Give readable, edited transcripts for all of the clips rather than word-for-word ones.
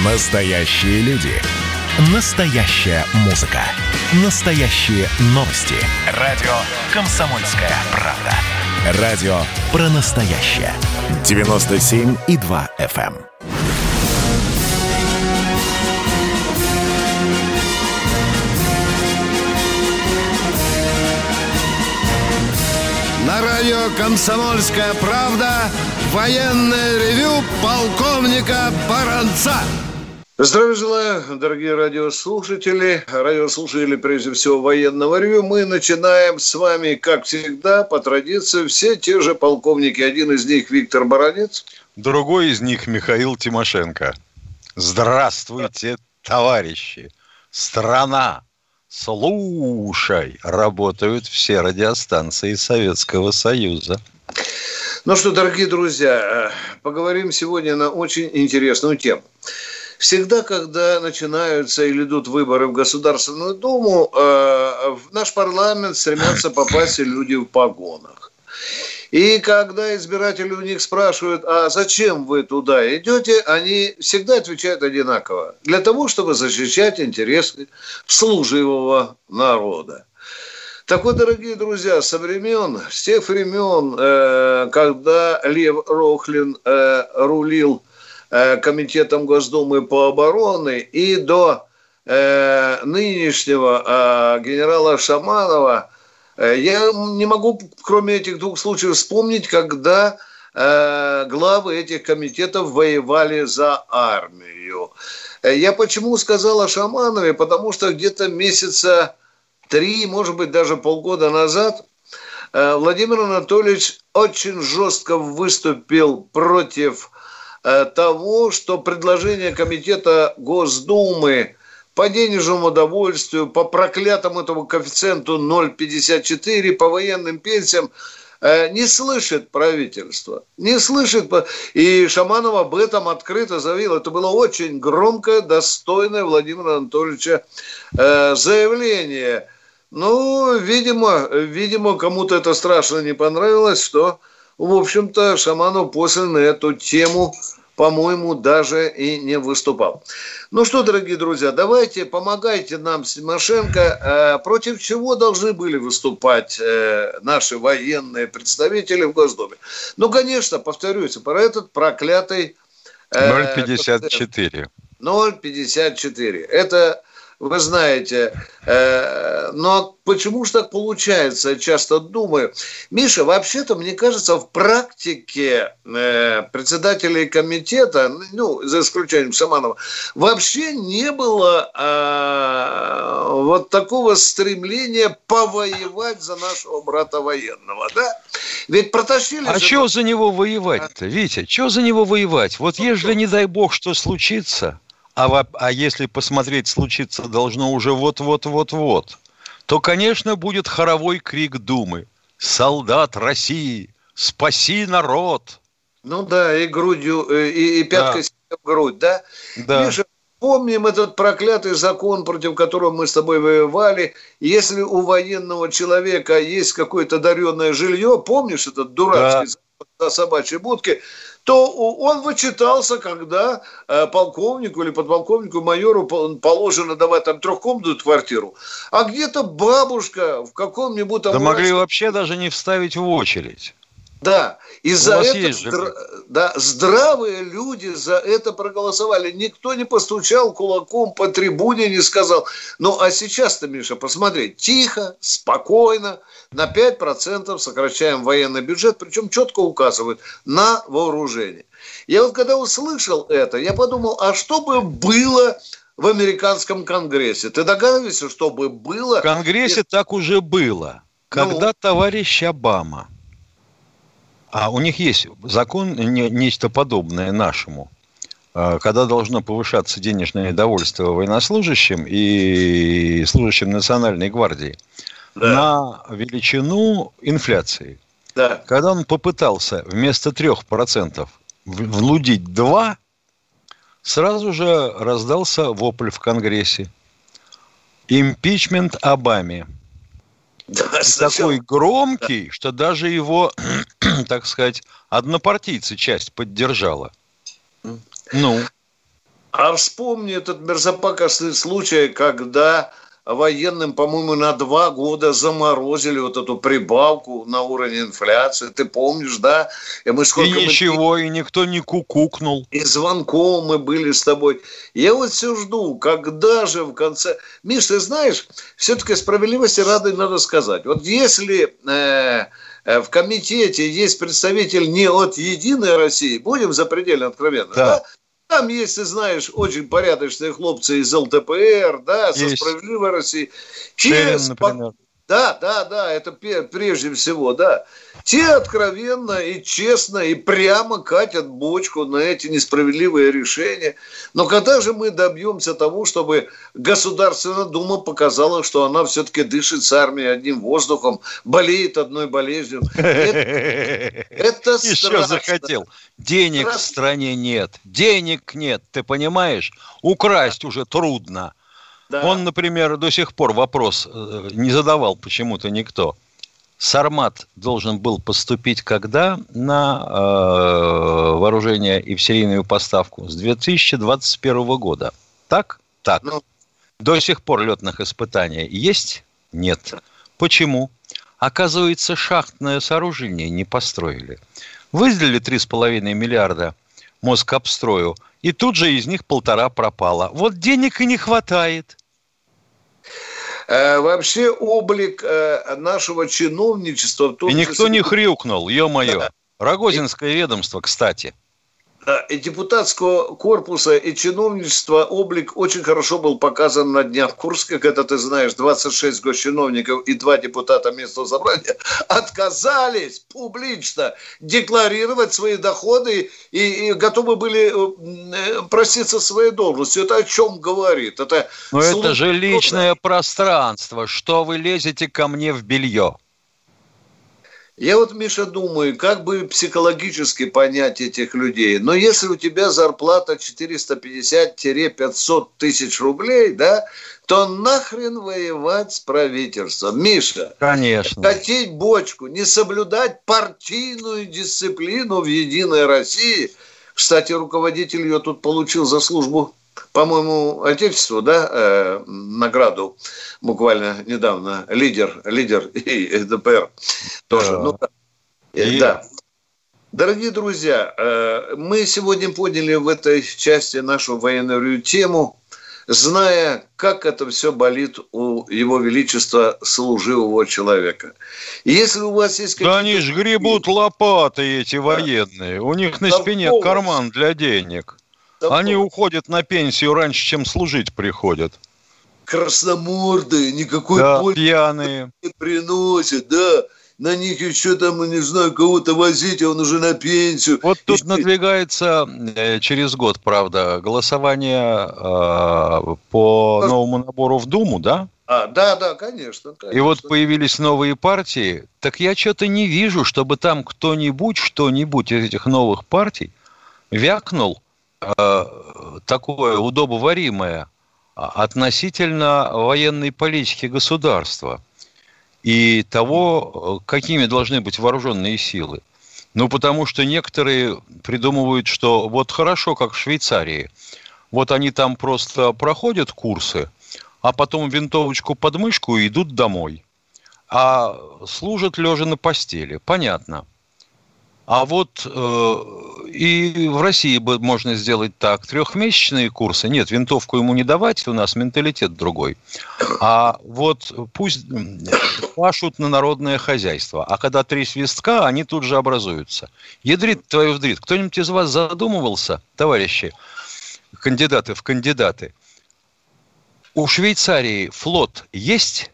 Настоящие люди. Настоящая музыка. Настоящие новости. Радио «Комсомольская правда». Радио про настоящее. 97,2 FM. На радио «Комсомольская правда» военное ревю полковника Баранца. Здравия желаю, дорогие радиослушатели, прежде всего, военного ревю. Мы начинаем с вами, как всегда, по традиции, все те же полковники. Один из них Виктор Баранец. Другой из них Михаил Тимошенко. Здравствуйте, товарищи! Страна! Слушай! Работают все радиостанции Советского Союза. Ну что, дорогие друзья, поговорим сегодня на очень интересную тему. Всегда, когда начинаются или идут выборы в Государственную Думу, в наш парламент стремятся попасть люди в погонах. И когда избиратели у них спрашивают, а зачем вы туда идете, они всегда отвечают одинаково. Для того, чтобы защищать интересы служивого народа. Так вот, дорогие друзья, с тех времен, когда Лев Рохлин рулил Комитетом Госдумы по обороне и до нынешнего генерала Шаманова, я не могу, кроме этих двух случаев, вспомнить, когда главы этих комитетов воевали за армию. Я почему сказал о Шаманове? Потому что где-то месяца 3, может быть, даже полгода назад Владимир Анатольевич очень жестко выступил против того, что предложение Комитета Госдумы по денежному удовольствию, по проклятому этому коэффициенту 0,54, по военным пенсиям, не слышит правительство. Не слышит. И Шаманов об этом открыто заявил. Это было очень громкое, достойное Владимира Анатольевича заявление. Ну, видимо, кому-то это страшно не понравилось, что, в общем-то, Шаманов после на эту тему, по-моему, даже и не выступал. Ну что, дорогие друзья, давайте, помогайте нам с Тимошенко. Против чего должны были выступать наши военные представители в Госдуме? Ну, конечно, повторюсь, про этот проклятый 0,54. 0,54. Это... Вы знаете, но почему же так получается, я часто думаю. Миша, вообще-то, мне кажется, в практике председателей комитета, ну, за исключением Шаманова, вообще не было вот такого стремления повоевать за нашего брата военного, да? Ведь протащили... А чего за него воевать-то, Витя? Чего за него воевать? Вот ежели, не дай бог, что случится... А если посмотреть, случиться должно уже вот-вот-вот-вот, то, конечно, будет хоровой крик Думы. «Солдат России, спаси народ!» Ну да, и грудью, и пяткой себе в грудь, да? Да. Миша, помним этот проклятый закон, против которого мы с тобой воевали. Если у военного человека есть какое-то даренное жилье, помнишь этот дурацкий закон на собачьей будке, то он вычитался, когда полковнику или подполковнику, майору положено давать там трехкомнатную квартиру, а где-то бабушка в каком-нибудь там... Да могли вообще даже не вставить в очередь. Да, и за это здравые люди за это проголосовали. Никто не постучал кулаком по трибуне, не сказал. Ну, а сейчас-то, Миша, посмотри, тихо, спокойно, на 5% сокращаем военный бюджет, причем четко указывают на вооружение. Я вот когда услышал это, я подумал, а что бы было в американском Конгрессе? Ты догадываешься, что бы было? В Конгрессе так уже было, когда товарищ Обама... А у них есть закон, нечто подобное нашему, когда должно повышаться денежное довольствие военнослужащим и служащим Национальной гвардии на величину инфляции. Да. Когда он попытался вместо 3% влудить 2%, сразу же раздался вопль в Конгрессе. Импичмент Обаме. Да, такой громкий, что даже его, так сказать, однопартийцы часть поддержала. Ну. А вспомни этот мерзопакостный случай, когда военным, по-моему, на 2 года заморозили вот эту прибавку на уровень инфляции. Ты помнишь, да? И ничего, и никто не кукукнул. И звонком мы были с тобой. Я вот все жду, когда же в конце... Миш, ты знаешь, все-таки справедливости ради надо сказать. Вот если в комитете есть представитель не от «Единой России», будем запредельно откровенны, да? Там есть, ты знаешь, очень порядочные хлопцы из ЛДПР, да, со «Справедливой России». Шерин, например. Да, это прежде всего, да. Те откровенно и честно и прямо катят бочку на эти несправедливые решения. Но когда же мы добьемся того, чтобы Государственная Дума показала, что она все-таки дышит с армией одним воздухом, болеет одной болезнью? Это страшно. Еще захотел. Денег в стране нет. Денег нет, ты понимаешь? Украсть уже трудно. Да. Он, например, до сих пор вопрос не задавал почему-то никто. Сармат должен был поступить когда на вооружение и в серийную поставку? С 2021 года. Так? Так. До сих пор летных испытаний есть? Нет. Почему? Оказывается, шахтное сооружение не построили. Выделили 3,5 миллиарда Москобстрою, и тут же из них 1,5 пропало. Вот денег и не хватает. Вообще облик нашего чиновничества... И никто не хрюкнул, ё-моё. Да. Рогозинское ведомство, кстати. И депутатского корпуса, и чиновничества облик очень хорошо был показан на днях в Курске, когда, ты знаешь, 26 госчиновников и 2 депутата местного собрания отказались публично декларировать свои доходы и готовы были проститься своей должностью. Это о чем говорит? Но это же личное пространство. Что вы лезете ко мне в белье? Я вот, Миша, думаю, как бы психологически понять этих людей. Но если у тебя зарплата 450-500 тысяч рублей, да, то нахрен воевать с правительством. Миша, конечно. Катить бочку, не соблюдать партийную дисциплину в «Единой России». Кстати, руководитель ее тут получил за службу, по-моему, Отечеству, да, награду буквально недавно, лидер и ЛДПР тоже. Да. Дорогие друзья, мы сегодня подняли в этой части нашу военную тему, зная, как это все болит у Его Величества служивого человека. И если у вас есть какие-то... Да они ж гребут лопатой, эти военные. У них на спине карман для денег. Они уходят на пенсию раньше, чем служить приходят. Красномордые, никакой пользы пьяные не приносят, да. На них еще там, не знаю, кого-то возить, а он уже на пенсию. Вот тут надвигается через год, правда, голосование по новому набору в Думу, да? Да, конечно. И вот появились новые партии. Так я что-то не вижу, чтобы там кто-нибудь, что-нибудь из этих новых партий вякнул такое удобоваримое относительно военной политики государства и того, какими должны быть вооруженные силы. Ну, потому что некоторые придумывают, что вот хорошо, как в Швейцарии. Вот они там просто проходят курсы, а потом винтовочку под мышку и идут домой. А служат лежа на постели. Понятно. А вот и в России можно сделать так. 3-месячные курсы. Нет, винтовку ему не давать, у нас менталитет другой. А вот пусть пашут на народное хозяйство. А когда 3 свистка, они тут же образуются. Ядрит твою вдрит. Кто-нибудь из вас задумывался, товарищи, кандидаты в кандидаты? У Швейцарии флот есть?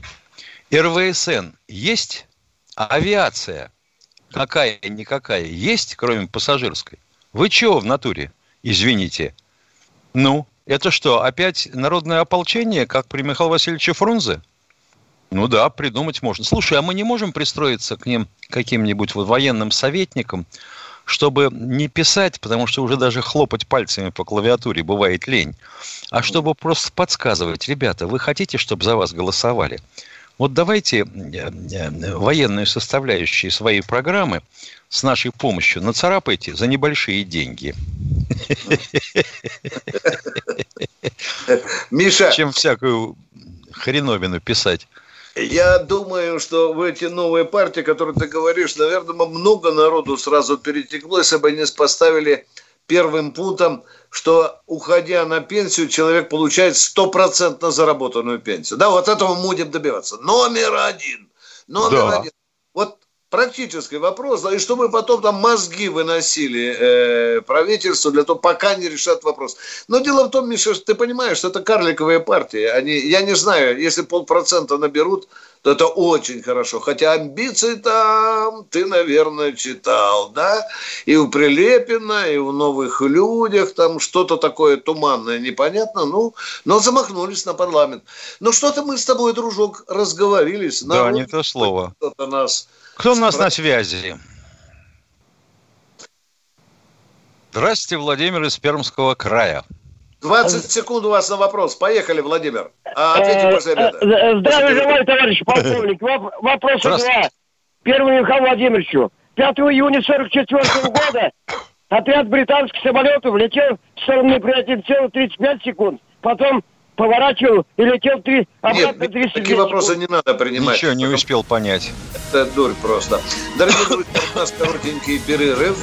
РВСН есть? Авиация какая-никакая есть, кроме пассажирской? Вы чего в натуре? Извините. Ну, это что, опять народное ополчение, как при Михаиле Васильевиче Фрунзе? Ну да, придумать можно. Слушай, а мы не можем пристроиться к ним каким-нибудь военным советникам, чтобы не писать, потому что уже даже хлопать пальцами по клавиатуре бывает лень, а чтобы просто подсказывать: ребята, вы хотите, чтобы за вас голосовали? Вот давайте военную составляющую своей программы с нашей помощью нацарапайте за небольшие деньги. Миша, чем всякую хреновину писать. Я думаю, что в эти новые партии, которые ты говоришь, наверное, много народу сразу перетекло, если бы они поставили первым пунктом, что, уходя на пенсию, человек получает 100% заработанную пенсию. Да, вот этого мы будем добиваться. Номер один. Вот практический вопрос, и чтобы потом там мозги выносили правительству для того, пока не решат вопрос. Но дело в том, Миша, что ты понимаешь, что это карликовые партии. Я не знаю, если 0,5% наберут, то это очень хорошо. Хотя амбиции там ты, наверное, читал, да? И у Прилепина, и у Новых Людях там что-то такое туманное, непонятно. Но замахнулись на парламент. Но что-то мы с тобой, дружок, разговорились. Да, не то слово. Кто у нас на связи? Здравствуйте, Владимир из Пермского края. 20 секунд у вас на вопрос. Поехали, Владимир. Ответим после обеда. Здравия желаю, товарищ полковник. Вопрос 2. Первому Михаилу Владимировичу. 5 июня 1944 года отряд британских самолетов летел в сторону неприятеля целых 35 секунд. Потом поворачивал и летел обратно 30 секунд. Такие вопросы не надо принимать. Ничего не успел понять. Это дурь просто. Дорогие друзья, у нас коротенький перерыв.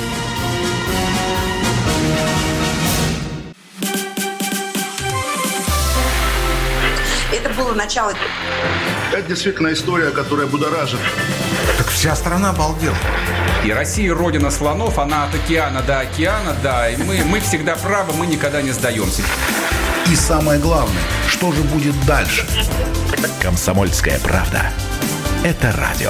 Это было начало. Это действительно история, которая будоражит. Так вся страна обалдела. И Россия родина слонов, она от океана до океана, да. И мы всегда правы, мы никогда не сдаемся. И самое главное, что же будет дальше? «Комсомольская правда». Это радио.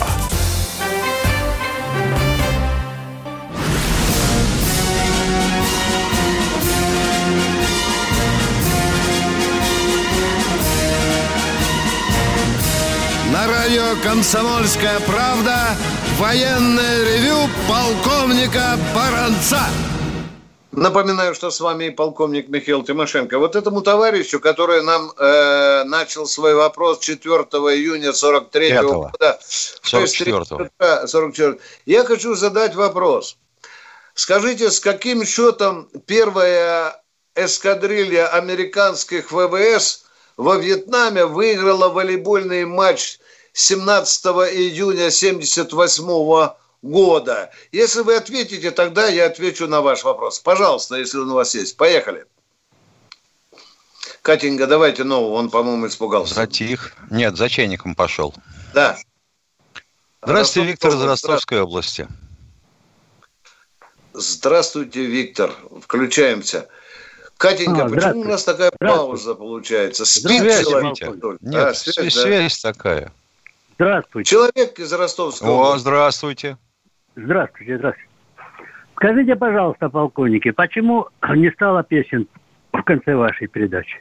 На радио «Комсомольская правда» военное ревю полковника Баранца. Напоминаю, что с вами полковник Михаил Тимошенко. Вот этому товарищу, который нам начал свой вопрос 4 июня 43 года. 44. Я хочу задать вопрос. Скажите, с каким счетом первая эскадрилья американских ВВС во Вьетнаме выиграла волейбольный матч 17 июня 1978 года? Если вы ответите, тогда я отвечу на ваш вопрос. Пожалуйста, если он у вас есть. Поехали. Катенька, давайте нового. Он, по-моему, испугался. Затих. Нет, за чайником пошел. Да. Здравствуйте, Виктор из Ростовской области. Здравствуйте, Виктор. Включаемся. Катенька, почему у нас такая пауза получается? Спит человек? Нет, связь такая. Здравствуйте. Человек из Ростовской области. Здравствуйте. Здравствуйте. Скажите, пожалуйста, полковники, почему не стало песен в конце вашей передачи?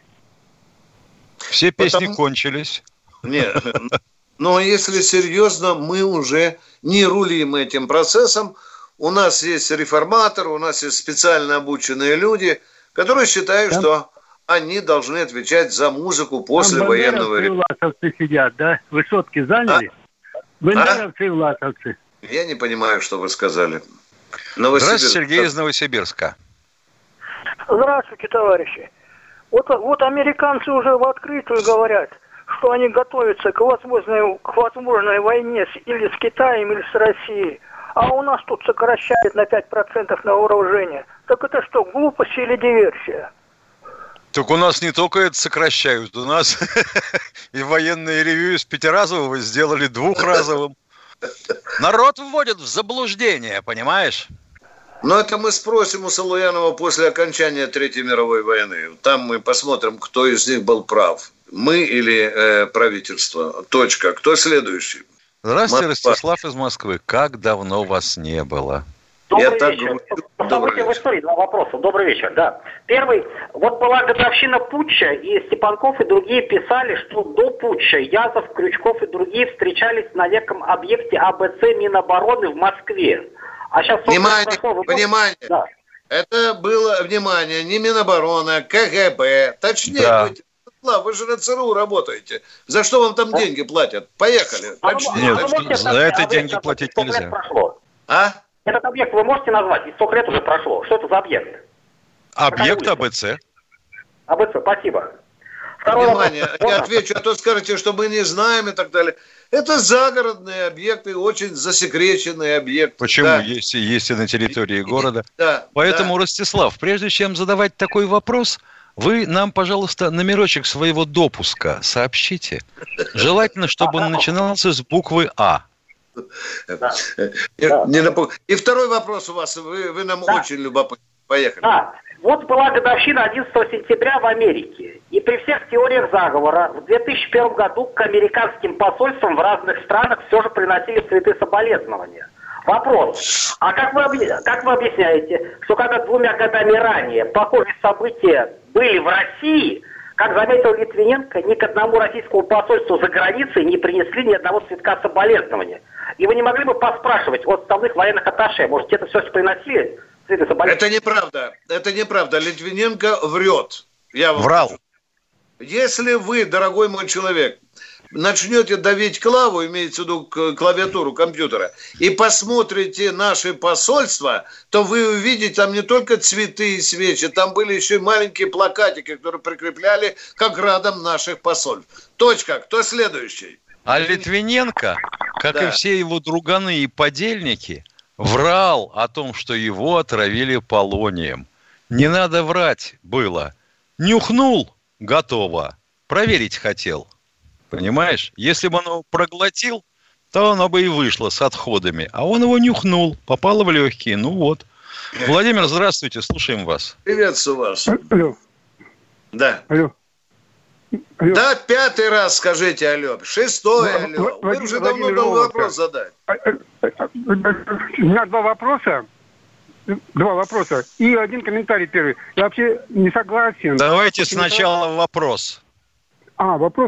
Все песни кончились. Нет, но если серьезно, мы уже не рулим этим процессом. У нас есть реформаторы, у нас есть специально обученные люди, которые считают, что они должны отвечать за музыку после военного времени. Власовцы сидят, да? Высотки заняли? Бандеровцы и власовцы. Я не понимаю, что вы сказали. Здравствуйте, Сергей из Новосибирска. Здравствуйте, товарищи. Вот американцы уже в открытую говорят, что они готовятся к возможной войне или с Китаем, или с Россией. А у нас тут сокращают на 5% на вооружение. Так это что, глупость или диверсия? Так у нас не только это сокращают. У нас и военное ревью из пятиразового сделали двухразовым. Народ вводят в заблуждение, понимаешь? Но это мы спросим у Салуянова после окончания Третьей мировой войны. Там мы посмотрим, кто из них был прав. Мы или правительство. Точка. Кто следующий? Здравствуйте, Ростислав из Москвы. Как давно вас не было? Добрый вечер. События в истории, два вопроса. Добрый вечер, да. Первый. Вот была годовщина путча, и Степанков и другие писали, что до путча Язов, Крючков и другие встречались на неком объекте АБЦ Минобороны в Москве. А сейчас... Внимание! Да. Это было, внимание, не Минобороны, а КГБ. Точнее, да. Вы же на ЦРУ работаете. За что вам там деньги платят? Поехали. Нет, за это деньги платить нельзя. Этот объект вы можете назвать? И сколько лет уже прошло? Что это за объект? Объект АБЦ. АБЦ, спасибо. Внимание, я отвечу, а то скажете, что мы не знаем и так далее. Это загородные объекты, очень засекреченные объекты. Почему? Да. Есть и на территории города. Да, Поэтому, Ростислав, прежде чем задавать такой вопрос, вы нам, пожалуйста, номерочек своего допуска сообщите. Желательно, чтобы он начинался с буквы «А». И второй вопрос у вас. Вы нам очень любопытны. Поехали. Да. Вот была годовщина 11 сентября в Америке. И при всех теориях заговора в 2001 году к американским посольствам в разных странах все же приносили цветы соболезнования. Вопрос. А как вы объясняете, что когда 2 годами ранее похожие события были в России, как заметил Литвиненко, ни к одному российскому посольству за границей не принесли ни одного цветка соболезнования? И вы не могли бы поспрашивать от основных военных атташе, может, это все приносили? Это неправда. Литвиненко врет. Врал. Если вы, дорогой мой человек, начнете давить клаву, имеется в виду клавиатуру компьютера, и посмотрите наши посольства, то вы увидите там не только цветы и свечи, там были еще и маленькие плакатики, которые прикрепляли к оградам наших посольств. Точка. Кто следующий? А Литвиненко, как и все его друганы и подельники, врал о том, что его отравили полонием. Не надо врать было. Нюхнул – готово. Проверить хотел. Понимаешь? Если бы он его проглотил, то оно бы и вышло с отходами. А он его нюхнул, попало в легкие. Ну вот. Владимир, здравствуйте, слушаем вас. Приветствую вас. Алло. Да. Алло. Да, 5-й раз скажите алло. 6-й алло. Вы уже давно дал вопрос задать. У меня два вопроса и один комментарий первый. Я вообще не согласен. Давайте сначала вопрос. Вопрос.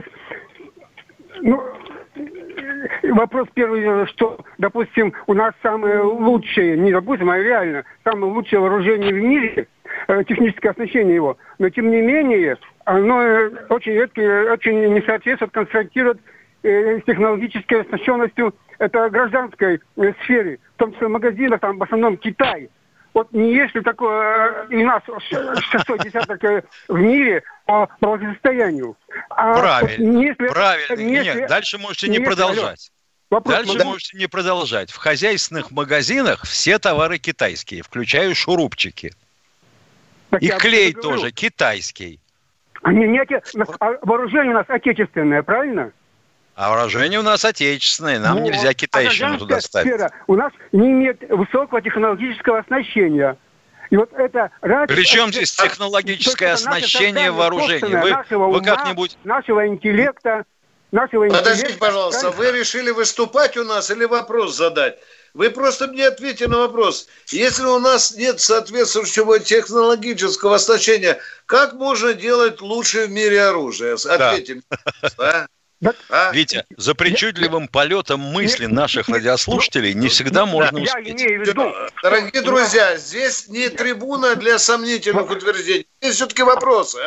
Вопрос первый, что, допустим, у нас самое лучшее, не допустим, а реально, самое лучшее вооружение в мире, техническое оснащение его, но тем не менее, оно очень редко, очень не соответствует, конструирует с технологической оснащенностью это гражданской сфере, в том числе в магазинах, там в основном Китай. Вот не есть ли такое, у нас 6-й десяток в мире по благосостоянию. Правильно. Нет, дальше можете не продолжать. Можете не продолжать. В хозяйственных магазинах все товары китайские, включая шурупчики. И клей тоже китайский. Вооружение у нас отечественное, правильно? А вооружение у нас отечественное, нам нельзя китайщину туда ставить. У нас не имеет высокого технологического оснащения. И вот это Причем здесь технологическое оснащение вооружения? Вы как-нибудь... Нашего интеллекта. Подождите, пожалуйста, вы решили выступать у нас или вопрос задать? Вы просто мне ответьте на вопрос. Если у нас нет соответствующего технологического оснащения, как можно делать лучшее в мире оружие? Ответьте. Витя, за причудливым полетом мысли наших радиослушателей не всегда можно успеть. Дорогие друзья, здесь не трибуна для сомнительных утверждений. Здесь все-таки вопросы,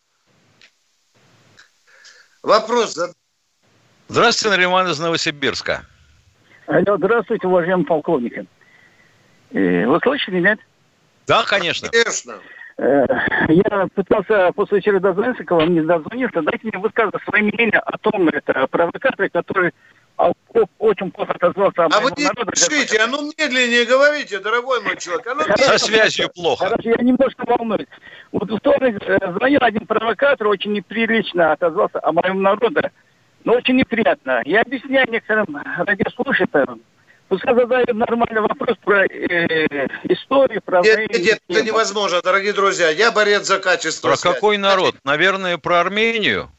Вопрос. Здравствуйте, Нариман из Новосибирска. Алло, здравствуйте, уважаемые полковники. Вы слышите, нет? Да, конечно. Конечно. Я пытался после вечера дозвониться, к вам не дозвонился. Дайте мне высказать свое мнение о том, это провокаторы, который очень плохо отозвался о моем народе. А вы не пишите, медленнее говорите, дорогой мой человек. Со связью плохо. Хорошо, я немножко волнуюсь. Вот в вторник звонил один провокатор, очень неприлично отозвался о моем народе. Но очень неприятно. Я объясняю некоторым радиослушателям, пускай задают нормальный вопрос про историю, про... Нет, это невозможно, дорогие друзья. Я борец за качество связи. Про какой народ? Наверное, про Армению?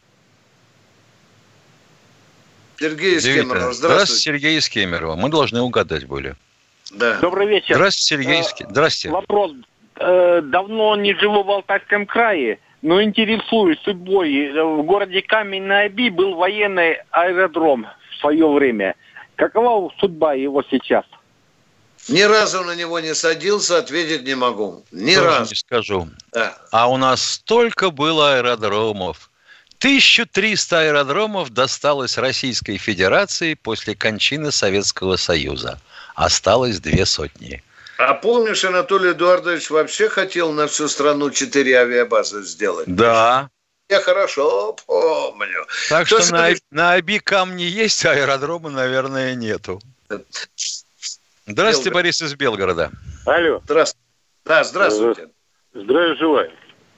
Сергей из Кемерово. Здравствуйте, Сергей из Кемерово. Мы должны угадать были. Да. Добрый вечер. Здравствуйте, Сергей из Кемерово. Здравствуйте. Вопрос. Давно не живу в Алтайском крае, но интересуюсь судьбой. В городе Камень-на-Оби был военный аэродром в свое время. Какова судьба его сейчас? Ни разу на него не садился, ответить не могу. Ни разу. Не скажу. Да. А у нас столько было аэродромов. 1300 аэродромов досталось Российской Федерации после кончины Советского Союза. Осталось 200. А помнишь, Анатолий Эдуардович вообще хотел на всю страну 4 авиабазы сделать? Да. я хорошо помню. Так что на Оби камни есть, а аэродрома, наверное, нету. Здравствуйте, Борис из Белгорода. Алло. Здравствуйте. Да, здравствуйте. Здравия желаю.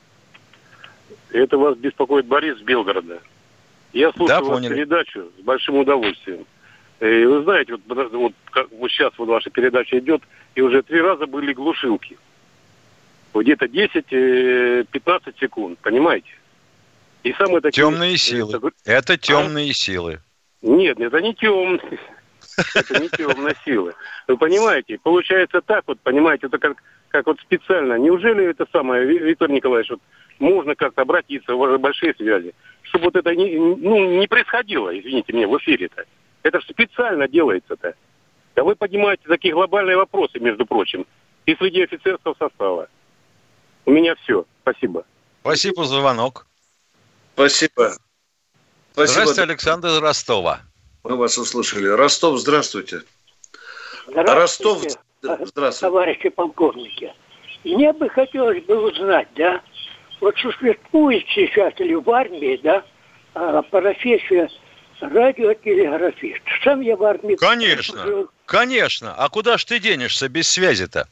Это вас беспокоит Борис из Белгорода. Я слушаю вашу передачу с большим удовольствием. И вы знаете, вот сейчас вот ваша передача идет, и уже 3 раза были глушилки. Где-то 10-15 секунд, понимаете? И самые такие... Темные силы. Это темные силы. Нет, это не темные. Это не темные силы. Вы понимаете, получается так вот, понимаете, это как вот специально. Неужели это самое, Виктор Николаевич, вот можно как-то обратиться в большие связи, чтобы вот это не происходило, извините меня, в эфире-то. Это же специально делается-то. Да вы поднимаете такие глобальные вопросы, между прочим, и среди офицерского состава. У меня все. Спасибо. Спасибо за звонок. Спасибо. Здравствуйте, Александр из Ростова. Мы вас услышали. Ростов, здравствуйте. Здравствуйте, Ростов, здравствуйте. Товарищи полковники. Мне бы хотелось бы узнать, да, вот существует сейчас или в армии, да, профессия радиотелеграфист. Сам я в армии... Конечно. А куда ж ты денешься без связи-то?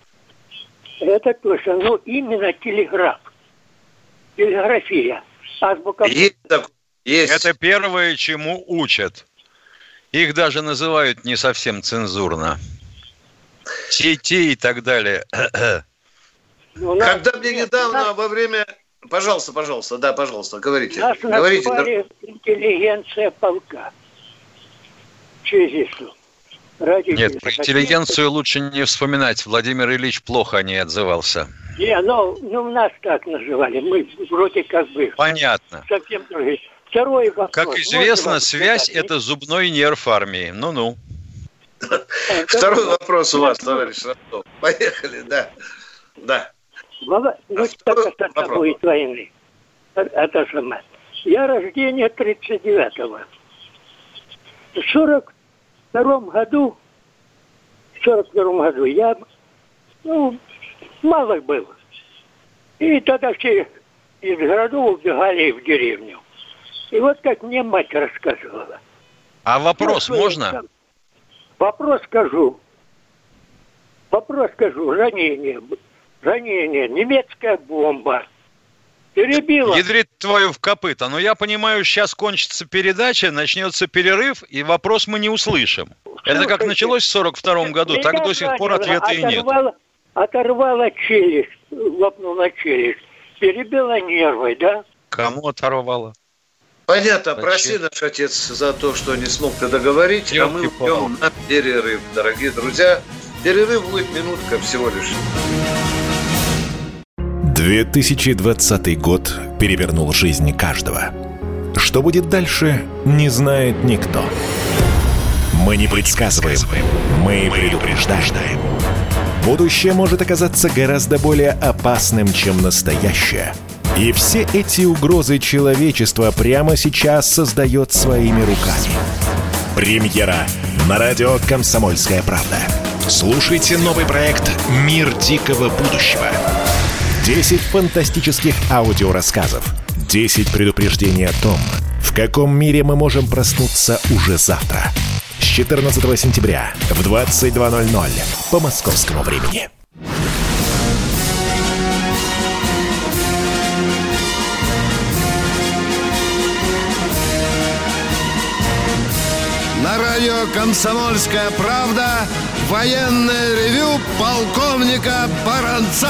Это точно. Ну, именно телеграф. Телеграфия. Азбука... Есть. Это первое, чему учат. Их даже называют не совсем цензурно. Сети и так далее. Когда мне недавно во время... Пожалуйста, говорите. Нас называли интеллигенция полка. Честно. Нет, про интеллигенцию лучше не вспоминать. Владимир Ильич плохо о ней отзывался. Не, ну нас так называли. Мы вроде как бы... Понятно. Совсем другие. Второй вопрос. Как известно, связь – это зубной нерв армии. Ну-ну. Второй вопрос у вас, товарищ Ростов. Поехали, да. Ну, так будет войны. Это самое. Я рождение 39-го. В 42-м году я, мало был. И тогда все из городов убегали в деревню. И вот как мне мать рассказывала. А вопрос можно? Вопрос скажу. Ранение. Немецкая бомба. Перебила. Ядрит твою в копыта. Но я понимаю, сейчас кончится передача, начнется перерыв, и вопрос мы не услышим. Это как началось в 42-м году, так до сих пор ответа и нет. Оторвала челюсть, лопнула челюсть. Перебила нервы, да? Кому оторвала? Понятно, прости наш отец за то, что не смог тогда говорить, а мы уйдем на перерыв, дорогие друзья. Перерыв будет минутка всего лишь. 2020 год перевернул жизнь каждого. Что будет дальше, не знает никто. Мы не предсказываем, мы предупреждаем. Будущее может оказаться гораздо более опасным, чем настоящее. И все эти угрозы человечество прямо сейчас создает своими руками. Премьера на радио «Комсомольская правда». Слушайте новый проект «Мир дикого будущего». 10 фантастических аудиорассказов. 10 предупреждений о том, в каком мире мы можем проснуться уже завтра. С 14 сентября в 22:00 по московскому времени. На радио «Комсомольская правда» военное ревю полковника Баранца.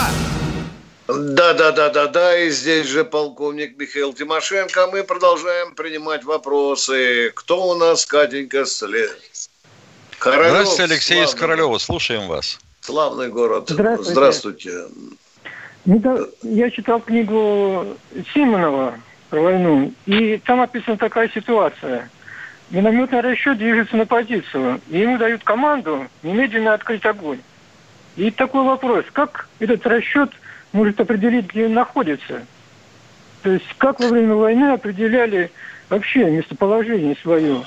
Да, и здесь же полковник Михаил Тимошенко. Мы продолжаем принимать вопросы. Кто у нас, Катенька, след? Здравствуйте, Алексей из Королева. Слушаем вас. Славный город. Здравствуйте. Я читал книгу Симонова про войну, и там описана такая ситуация. Минометный расчет движется на позицию, и ему дают команду немедленно открыть огонь. И такой вопрос, как этот расчет может определить, где он находится? То есть, как во время войны определяли вообще местоположение свое?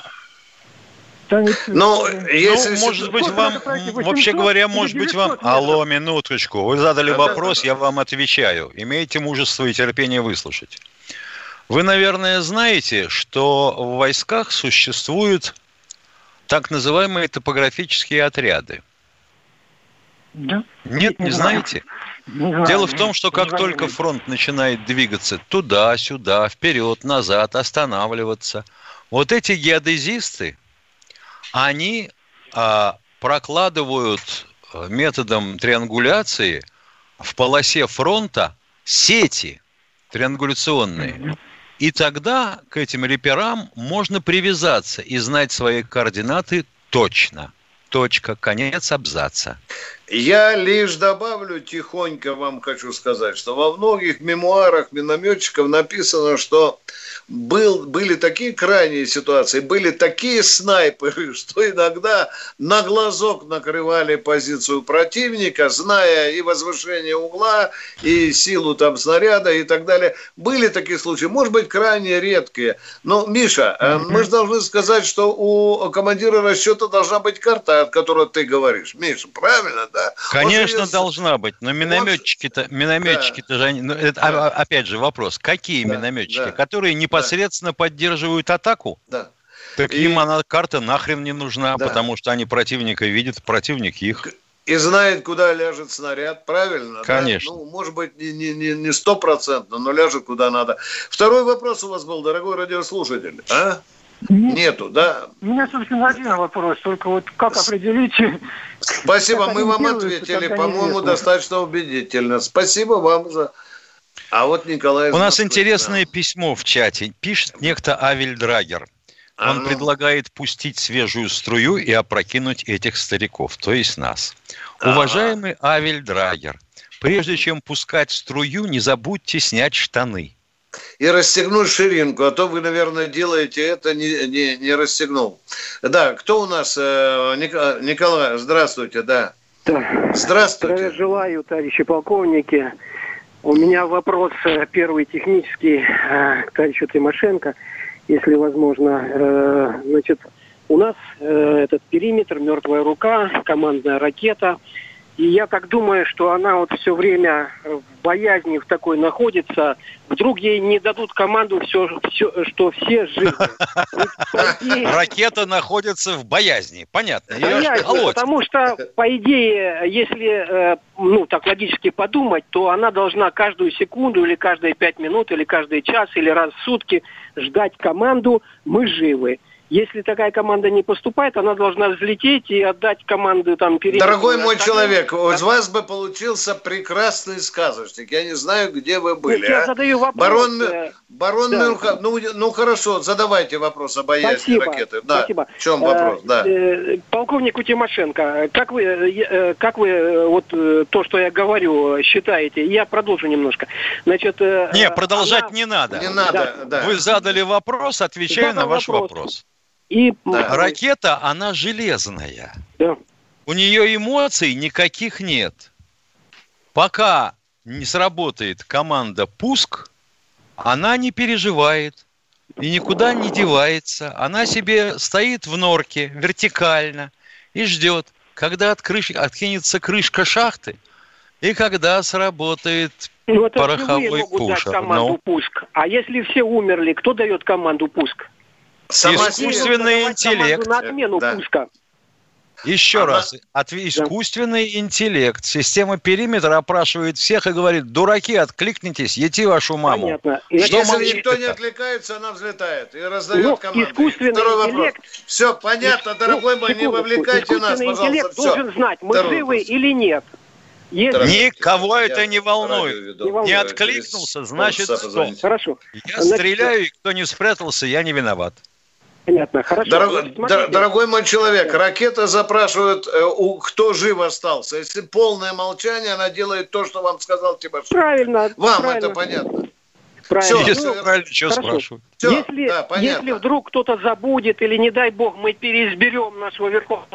Может быть, вам, вообще говоря, может быть, вам... Алло, минуточку. Вы задали вопрос, я вам отвечаю. Имейте мужество и терпение выслушать. Вы, наверное, знаете, что в войсках существуют так называемые топографические отряды. Да? Нет, не знаете? Дело в том, что как только фронт начинает двигаться туда-сюда, вперед, назад, останавливаться, вот эти геодезисты, они прокладывают методом триангуляции в полосе фронта сети триангуляционные. И тогда к этим реперам можно привязаться и знать свои координаты точно. Точка, конец абзаца. Я лишь добавлю, тихонько вам хочу сказать, что во многих мемуарах минометчиков написано, что были такие крайние ситуации, были такие снайперы, что иногда на глазок накрывали позицию противника, зная и возвышение угла, и силу там снаряда и так далее. Были такие случаи, может быть, крайне редкие. Но, Миша, мы же должны сказать, что у командира расчета должна быть карта, от которой ты говоришь. Миша, правильно, да? Конечно, должна быть, но минометчики-то же, опять же вопрос, какие минометчики, которые непосредственно поддерживают атаку? Да. Так им карта нахрен не нужна, потому что они противника видят, противник их. И знает, куда ляжет снаряд, правильно? Конечно. Да? Ну, может быть, не 100%, но ляжет куда надо. Второй вопрос у вас был, дорогой радиослушатель. Нету, да? У меня, собственно, один вопрос, только вот как определить... Спасибо, мы вам ответили, по-моему, достаточно убедительно. Спасибо вам за... А вот Николай... У нас интересное письмо в чате. Пишет некто Авель Драгер. Он предлагает пустить свежую струю и опрокинуть этих стариков, то есть нас. Уважаемый Авель Драгер, прежде чем пускать струю, не забудьте снять штаны. И расстегнуть ширинку, а то вы, наверное, делаете это, не расстегнул. Да, кто у нас? Николай, здравствуйте, да. Здравствуйте. Здравия желаю, товарищи полковники. У меня вопрос первый технический к товарищу Тимошенко, если возможно. Значит, у нас этот периметр, мертвая рука, командная ракета. И я так думаю, что она вот все время в боязни в такой находится. Вдруг ей не дадут команду, что все живы. Ракета находится в боязни, понятно. Потому что, по идее, если так логически подумать, то она должна каждую секунду или каждые 5 минут, или каждый час, или раз в сутки ждать команду «мы живы». Если такая команда не поступает, она должна взлететь и отдать команду там перед... Дорогой мой человек, из вас бы получился прекрасный сказочник. Я не знаю, где вы были. Я задаю вопрос. Барон Мюнхгаузен. Ну хорошо, задавайте вопрос о боязни ракеты. Да. Спасибо. В чем вопрос? Да. Полковнику Тимошенко, как вы вот то, что я говорю, считаете? Я продолжу немножко. Значит, продолжать не надо. Не надо, да. Вы задали вопрос, отвечаю на ваш вопрос. Ракета, она железная. Да. У нее эмоций никаких нет. Пока не сработает команда «пуск», она не переживает и никуда не девается. Она себе стоит в норке вертикально и ждет, когда откинется крышка шахты и когда сработает пороховой пушер. «Пуск». А если все умерли, кто дает команду «пуск»? Искусственный интеллект. На отмену пуска. Еще раз. Искусственный интеллект. Система периметра опрашивает всех и говорит: дураки, откликнитесь, ети вашу маму. Понятно. Если никто не откликается, она взлетает и раздает команды. Искусственный Второй интеллект... вопрос. Все, понятно, дорогой мой, не вовлекайте нас, пожалуйста. Искусственный интеллект должен знать, мы живы или нет. Никого это не волнует. Не откликнулся, значит стоп. Хорошо. Я стреляю, и кто не спрятался, я не виноват. Понятно, хорошо. Дорогой мой человек, ракета запрашивает, кто жив остался. Если полное молчание, она делает то, что вам сказал Тимошенко. Правильно. Вам это понятно? Правильно. Что спрашивают? Если вдруг кто-то забудет, или, не дай бог, мы переизберем нашего верховного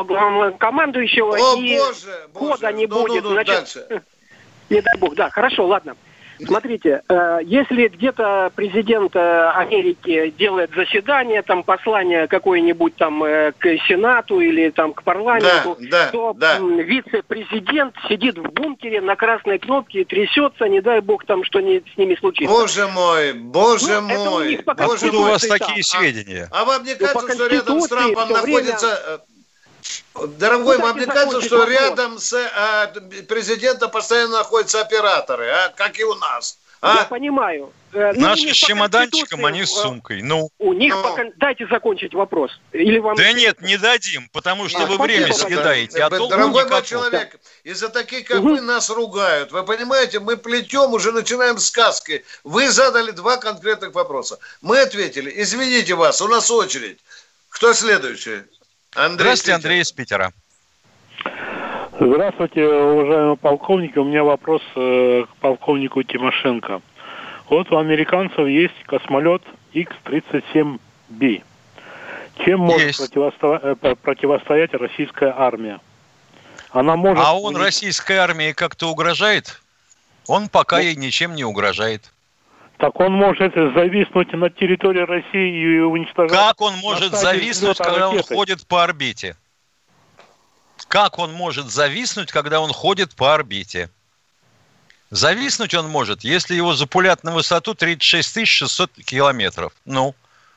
главнокомандующего, кода не будет, значит... Не дай бог, да, хорошо, ладно. Смотрите, если где-то президент Америки делает заседание, там послание какое-нибудь там к Сенату или там к парламенту, то вице-президент сидит в бункере на красной кнопке и трясется, не дай бог там что с ними случится. Боже мой, боже мой. Откуда у вас такие сведения? А вам не кажется, что рядом с Трампом находится... Дорогой, вам не кажется, что рядом с президентом постоянно находятся операторы, как и у нас? Я понимаю. Наши с чемоданчиком, они с сумкой. У них пока... Дайте закончить вопрос. Или вам... Да нет, не дадим, потому что вы время съедаете. Дорогой мой человек, из-за таких, как вы, нас ругают. Вы понимаете, мы плетем, уже начинаем сказки. Вы задали 2 конкретных вопроса. Мы ответили. Извините вас, у нас очередь. Кто следующий? Здравствуйте, Андрей из Питера. Здравствуйте, уважаемые полковники. У меня вопрос к полковнику Тимошенко. Вот у американцев есть космолет X-37B. Чем может противостоять российская армия? Она может... А он российской армии как-то угрожает? Он пока ей ничем не угрожает. Так он может зависнуть на территории России и уничтожать... Как он может зависнуть, когда он ходит по орбите? Как он может зависнуть, когда он ходит по орбите? Зависнуть он может, если его запулят на высоту 36 600 километров. Ну,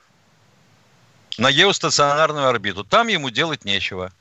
на геостационарную орбиту. Там ему делать нечего.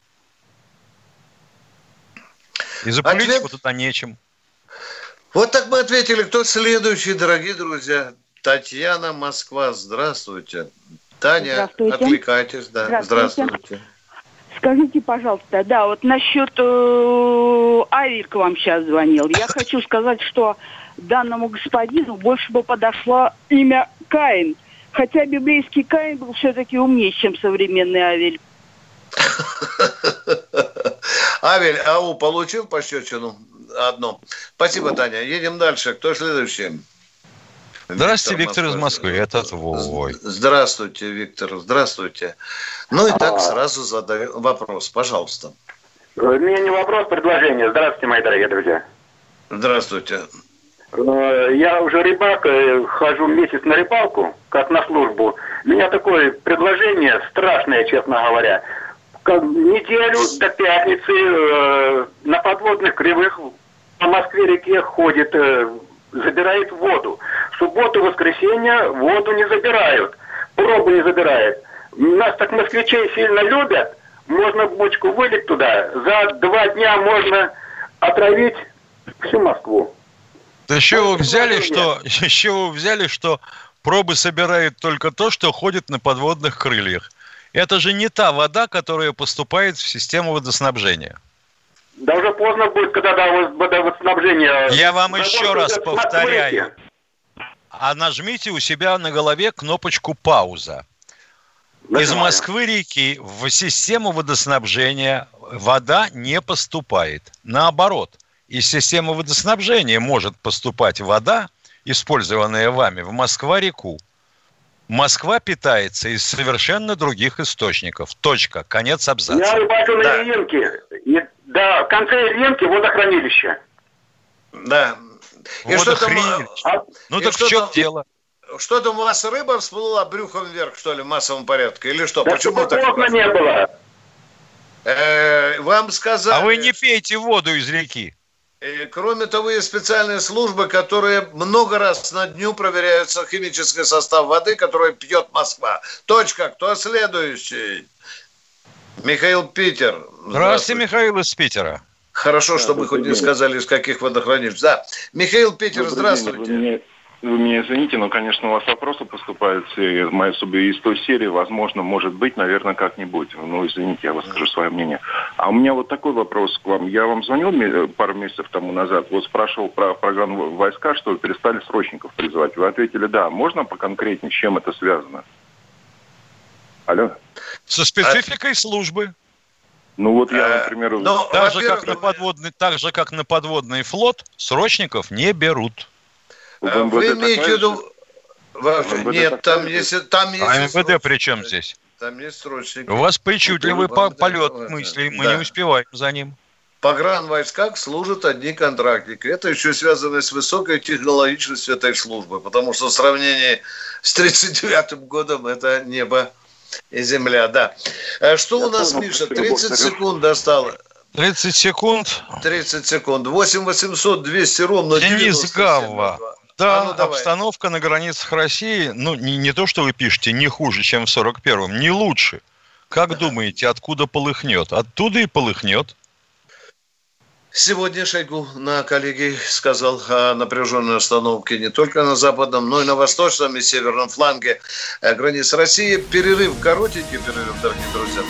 И запулить его туда нечем. Вот так мы ответили. Кто следующий, дорогие друзья? Татьяна, Москва. Здравствуйте. Таня, отвлекайтесь. Да. Здравствуйте. Скажите, пожалуйста, да, вот насчет Авель к вам сейчас звонил. Я хочу сказать, что данному господину больше бы подошло имя Каин. Хотя библейский Каин был все-таки умнее, чем современный Авель. Авель, ау, получил пощечину? Одно. Спасибо, Таня. Едем дальше. Кто следующий? Здравствуйте, Виктор из Москвы. Это твой. Здравствуйте, Виктор. Здравствуйте. Ну и так сразу задаю вопрос. Пожалуйста. У меня не вопрос, предложение. Здравствуйте, мои дорогие друзья. Здравствуйте. Я уже рыбак, хожу месяц на рыбалку, как на службу. У меня такое предложение страшное, честно говоря. Неделю до пятницы на подводных кривых по Москве-реке ходит, забирает воду. В субботу, воскресенье воду не забирают, пробу не забирают. Нас так москвичей сильно любят, можно бочку вылить туда, за 2 дня можно отравить всю Москву. Да еще вы взяли, что пробы собирают только то, что ходит на подводных крыльях. Это же не та вода, которая поступает в систему водоснабжения. Да уже поздно будет, когда водоснабжение... Я вам еще раз повторяю. А нажмите у себя на голове кнопочку «Пауза». Из Москвы-реки в систему водоснабжения вода не поступает. Наоборот, из системы водоснабжения может поступать вода, использованная вами, в Москва-реку. Москва питается из совершенно других источников. Точка. Конец абзаца. Я рыбачу на Ильинке. Да, в конце Ильинки водохранилище. Да. И водохранилище. Ну так в чем дело? Что там у вас рыба всплыла брюхом вверх, что ли, в массовом порядке? Или что? Да почему так? Не было. Вам сказали... А вы не пейте воду из реки. Кроме того, есть специальные службы, которые много раз на дню проверяются химический состав воды, которую пьет Москва. Точка. Кто следующий? Михаил, Питер. Здравствуйте, Михаил из Питера. Хорошо, что мы хоть не сказали, из каких водохранилищ. Да. Михаил, Питер, здравствуйте. Вы меня извините, но, конечно, у вас вопросы поступают из той серии, возможно, может быть, наверное, как-нибудь. Ну, извините, я выскажу свое мнение. А у меня вот такой вопрос к вам. Я вам звонил пару месяцев тому назад, вот спрашивал про программу войска, что перестали срочников призывать. Вы ответили, да. Можно поконкретнее, с чем это связано? Алло? Со спецификой службы. Ну вот я, например... Так же, как на подводный флот, срочников не берут. Вы имеете в виду... Нет, там есть... А МВД при чем здесь? Там есть срочники. У вас причудливый полет мыслей, мы не успеваем за ним. погранвойсках служат одни контрактники. Это еще связано с высокой технологичностью этой службы, потому что в сравнении с 1939 годом это небо и земля, да. Что у нас, Миша? 30 секунд достало. 30 секунд. 30 секунд. 8 800 200 ровно 90. Денис Гавва. Да, обстановка на границах России, ну, не то, что вы пишете, не хуже, чем в 41-м, не лучше. Как думаете, откуда полыхнет? Оттуда и полыхнет. Сегодня Шойгу на коллегии сказал о напряженной остановке не только на западном, но и на восточном и северном фланге границ России. Перерыв, коротенький перерыв, дорогие друзья.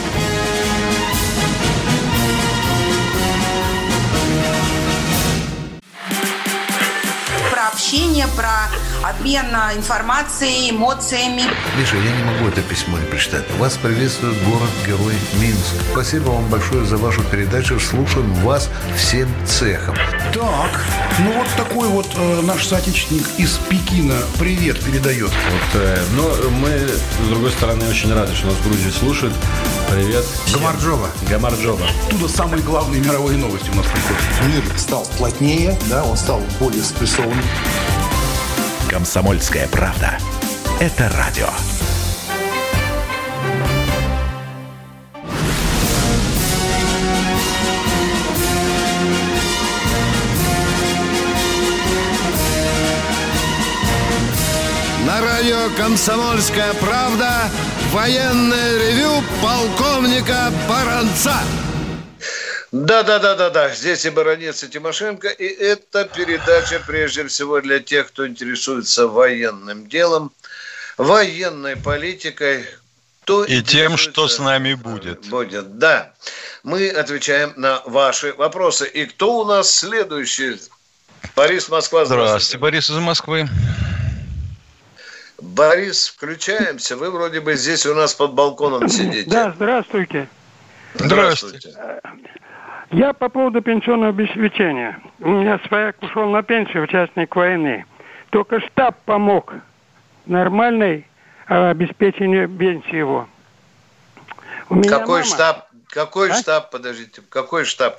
Про общение, про обмен информацией, эмоциями. Миша, я не могу это письмо не прочитать. Вас приветствует город-герой Минск. Спасибо вам большое за вашу передачу. Слушаем вас всем цехом. Так, ну вот такой вот наш соотечественник из Пекина привет передает. Но мы, с другой стороны, очень рады, что нас в Грузии слушают. Привет. Гамарджоба. Гамарджоба. Оттуда самые главные мировые новости у нас приходят. Мир стал плотнее, да, он стал более спрессованным. «Комсомольская правда». Это радио. На радио «Комсомольская правда» военное ревю полковника Баранца. Да. Здесь и Баранец, и Тимошенко. И эта передача прежде всего для тех, кто интересуется военным делом, военной политикой. И тем, что с нами будет. Будет, да. Мы отвечаем на ваши вопросы. И кто у нас следующий? Борис, Москва. Здравствуйте, Борис из Москвы. Борис, включаемся. Вы вроде бы здесь у нас под балконом сидите. Да, здравствуйте. Здравствуйте. Я по поводу пенсионного обеспечения. У меня свояк ушел на пенсию, участник войны. Только штаб помог нормальной обеспечению пенсии его. Какой штаб? Какой штаб? Подождите. Какой штаб?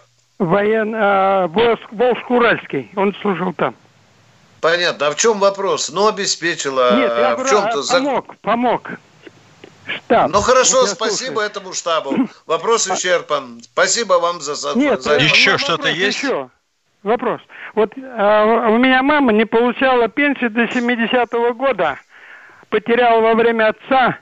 Волжско-Уральский. Он служил там. Понятно. А в чем вопрос? Ну, обеспечила. Нет, я говорю, помог. Штаб. Ну, хорошо, спасибо этому штабу. Вопрос исчерпан. Спасибо вам за... Нет, еще что-то есть? Еще вопрос. Вот у меня мама не получала пенсию до 70-го года. Потеряла во время отца,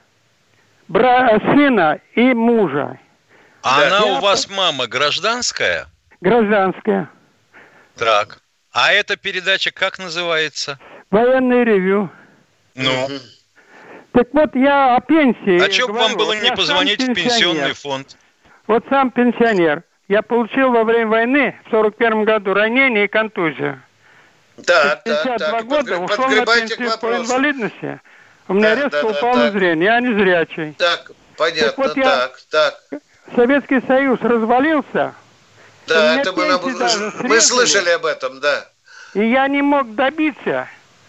сына и мужа. А она у вас, мама, гражданская? Гражданская. Так. А эта передача как называется? Военное ревю. Ну? Так вот, я о пенсии. А что бы вам было не позвонить в пенсионный фонд? Вот сам пенсионер. Я получил во время войны в 41 году ранение и контузию. Так. 52 года ушел на пенсию по инвалидности. У меня резко упало зрение. Я не зрячий. Так, понятно. Так вот так. Советский Союз развалился. Да, это мы слышали об этом, да. И я не мог добиться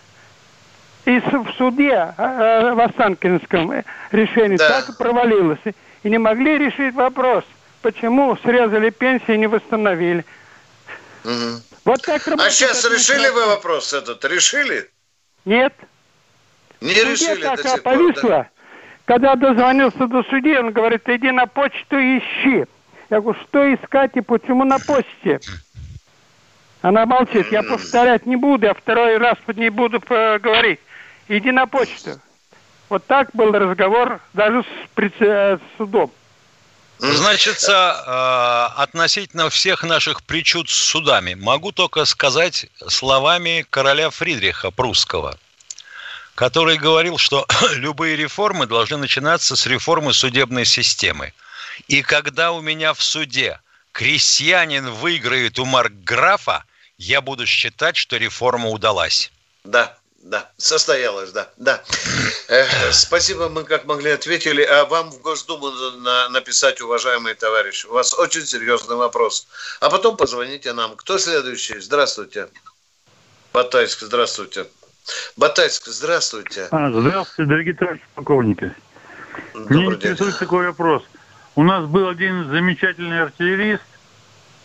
и в суде в Останкинском решении так и провалилось. И не могли решить вопрос, почему срезали пенсии и не восстановили. Угу. Вот так работает. А сейчас решили вы вопрос этот? Решили? Нет. Не решили до сих пор. Повисла. Когда дозвонился до судьи, он говорит, иди на почту и ищи. Я говорю, что искать и почему на почте? Она молчит. Я повторять не буду, я второй раз не буду говорить. Иди на почту. Вот так был разговор даже с судом. Значит, относительно всех наших причуд с судами, могу только сказать словами короля Фридриха Прусского, который говорил, что любые реформы должны начинаться с реформы судебной системы. И когда у меня в суде крестьянин выиграет у маркграфа, я буду считать, что реформа удалась. Да, состоялась, да. Спасибо, мы как могли ответили. А вам в Госдуму написать, уважаемые товарищи. У вас очень серьезный вопрос. А потом позвоните нам. Кто следующий? Здравствуйте. Батайск, здравствуйте. Батайск, здравствуйте. Здравствуйте, дорогие товарищи полковники. Меня интересует такой вопрос. У нас был один замечательный артиллерист,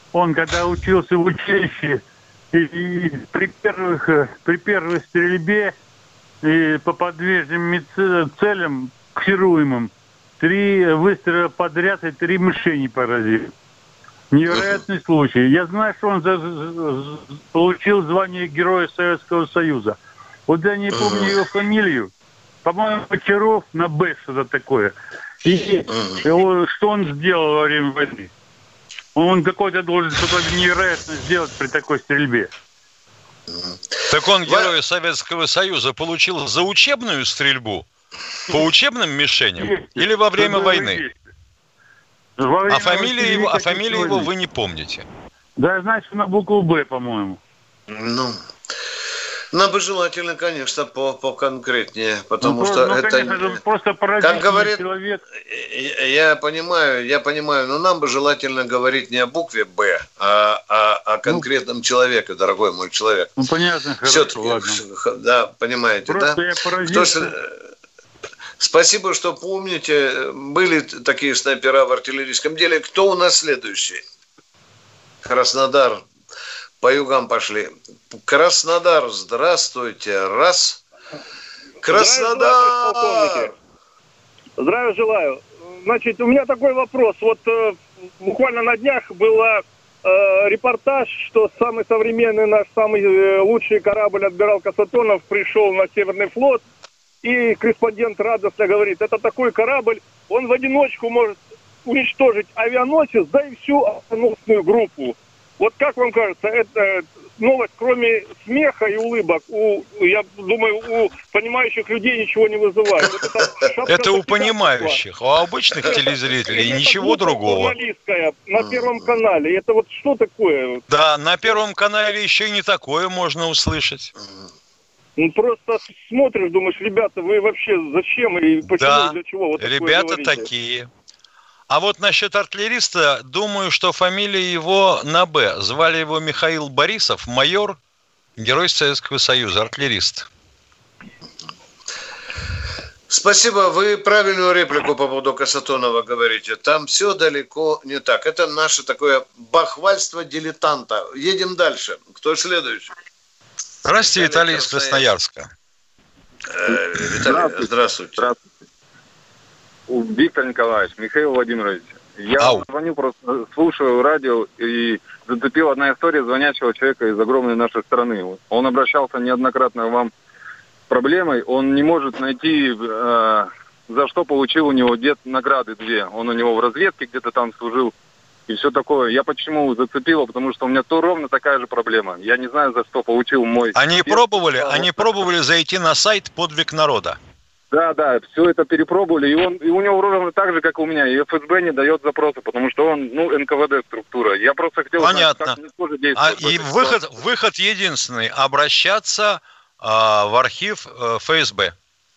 он когда учился в училище, и при первой стрельбе и по подвижным целям, ксируемым, 3 выстрела подряд и 3 мишени поразили. Невероятный случай. Я знаю, что он получил звание Героя Советского Союза. Вот я не помню его фамилию. По-моему, Бочаров на Б, что-то такое. И что он сделал во время войны? Он какой-то должен что-то невероятное сделать при такой стрельбе. Так он Герой Советского Союза получил за учебную стрельбу? По учебным мишеням? Или во время войны? А фамилию его вы не помните? Да, значит, на букву «Б», по-моему. Ну, нам бы желательно, конечно, поконкретнее, потому что это... Конечно, просто поразительный как говорит, человек. Я понимаю, но нам бы желательно говорить не о букве «Б», а о конкретном человеке, дорогой мой человек. Ну, понятно, хорошо, ладно. Да, понимаете, просто да? Я поразился. Спасибо, что помните. Были такие снайпера в артиллерийском деле. Кто у нас следующий? Краснодар. По югам пошли. Краснодар, здравствуйте. Раз. Краснодар! Здравия желаю. Значит, у меня такой вопрос. Вот буквально на днях был репортаж, что самый современный наш, самый лучший корабль «Адмирал Касатонов» пришел на Северный флот. И корреспондент радостно говорит, это такой корабль, он в одиночку может уничтожить авианосец, да и всю авианосную группу. Вот как вам кажется, эта новость, кроме смеха и улыбок, я думаю, у понимающих людей ничего не вызывает. Это у понимающих, а у обычных телезрителей ничего другого. Журналистская на Первом канале, это вот что такое? Да, на Первом канале еще и не такое можно услышать. Ну, просто смотришь, думаешь, ребята, вы вообще зачем и почему, да, и для чего? Вот ребята говорите? такие. А вот насчет артиллериста, думаю, что фамилия его на «Б». Звали его Михаил Борисов, майор, Герой Советского Союза, артиллерист. Спасибо. Вы правильную реплику по поводу Касатонова говорите. Там все далеко не так. Это наше такое бахвальство дилетанта. Едем дальше. Кто следующий? Здравствуйте, Виталий из Красноярска. Виталий, здравствуйте. Виктор Николаевич, Михаил Владимирович. Я звоню, просто слушаю радио, и зацепила одна история звонящего человека из огромной нашей страны. Он обращался неоднократно к вам с проблемой. Он не может найти, за что получил у него дед награды 2. Он у него в разведке где-то там служил. И все такое. Я почему зацепила? Потому что у меня ровно такая же проблема. Я не знаю, за что получил мой... Они пробовали зайти на сайт «Подвиг народа». Да, все это перепробовали. И у него ровно так же, как у меня. И ФСБ не дает запроса, потому что он, НКВД структура. Я просто хотел... Понятно. Знать, как тоже действовать. И выход единственный. Обращаться в архив ФСБ.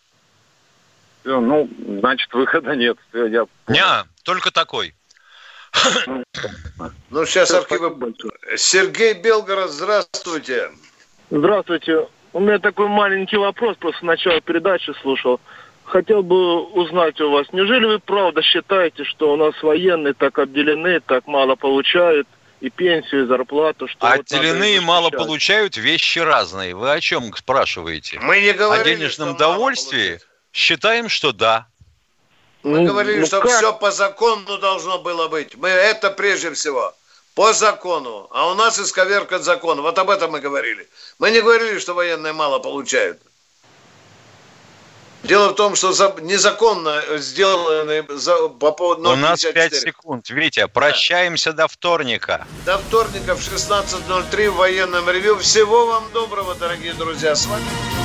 Все, значит, выхода нет. Все, только такой. Ну, сейчас архивы... Сергей Белгород, здравствуйте. Здравствуйте. У меня такой маленький вопрос, просто с начала передачи слушал. Хотел бы узнать у вас, неужели вы правда считаете, что у нас военные так обделены, так мало получают, и пенсию, и зарплату? Что отделены и мало получают, вещи разные. Вы о чем спрашиваете? Мы не говорили, о денежном довольствии? Считаем, что да. Мы говорили, что все по закону должно было быть. Это прежде всего по закону. А у нас исковеркать закон. Вот об этом мы говорили. Мы не говорили, что военные мало получают. Дело в том, что незаконно сделаны по поводу 0,54. У нас 5 секунд. Витя, прощаемся до вторника. До вторника в 16:03 в военном ревью. Всего вам доброго, дорогие друзья. С вами...